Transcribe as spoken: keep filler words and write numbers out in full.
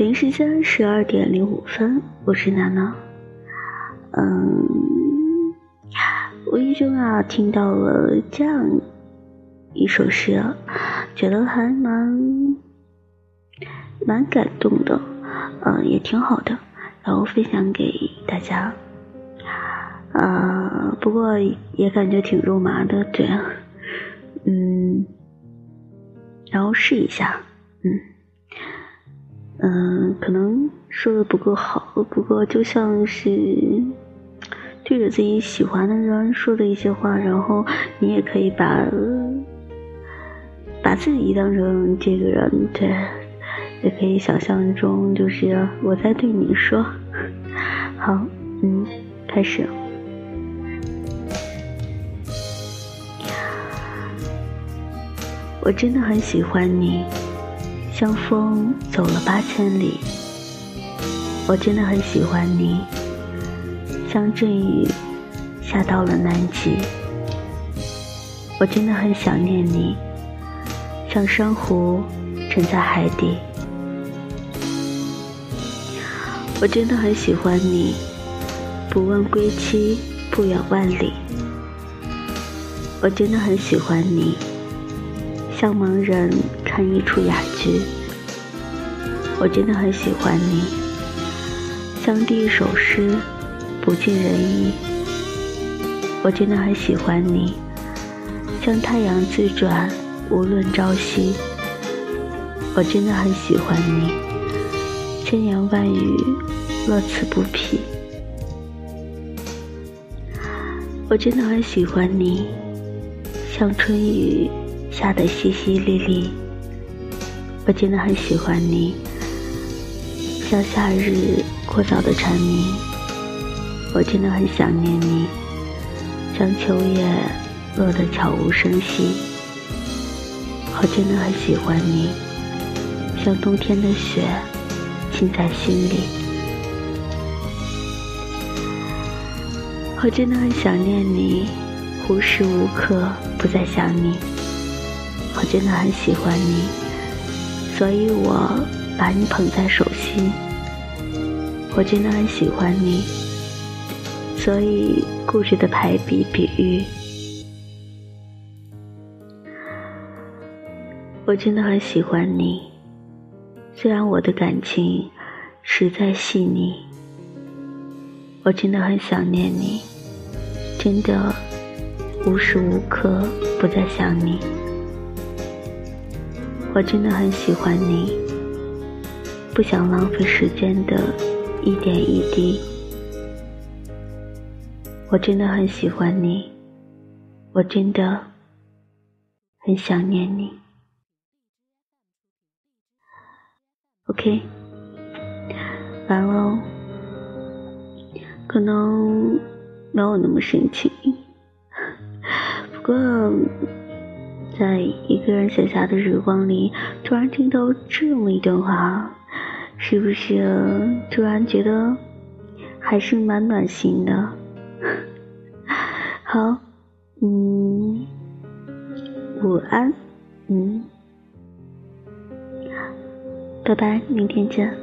北京时间十二点零五分，我是娜娜。嗯，无意中啊听到了这样一首诗啊，觉得还蛮蛮感动的，嗯，也挺好的，然后分享给大家。啊，不过也感觉挺肉麻的，对，嗯，然后试一下，嗯。嗯，可能说的不够好，不过就像是对着自己喜欢的人说的一些话，然后你也可以把把自己当成这个人，对，也可以想象中就是我在对你说。好，嗯，开始。我真的很喜欢你，像风走了八千里。我真的很喜欢你，像阵雨下到了南极。我真的很想念你，像珊瑚沉在海底。我真的很喜欢你，不问归期，不远万里。我真的很喜欢你，像盲人看一出哑剧。我真的很喜欢你，像第一首诗，不尽人意。我真的很喜欢你，像太阳自转，无论朝夕。我真的很喜欢你，千言万语，乐此不疲。我真的很喜欢你，像春雨下得淅淅沥沥。我真的很喜欢你，像夏日过早的蝉鸣。我真的很想念你，像秋叶落得悄无声息。我真的很喜欢你，像冬天的雪浸在心里。我真的很想念你，无时无刻不在想你。我真的很喜欢你，所以我把你捧在手心。我真的很喜欢你，所以固执的排比比喻。我真的很喜欢你，虽然我的感情实在细腻。我真的很想念你，真的无时无刻不在想你。我真的很喜欢你，不想浪费时间的一点一滴。我真的很喜欢你，我真的很想念你。 OK， 完了，可能没有那么深情，不过在一个人写下的日光里，突然听到这么一段话，是不是突然觉得还是蛮暖心的？好，嗯，午安，嗯，拜拜，明天见。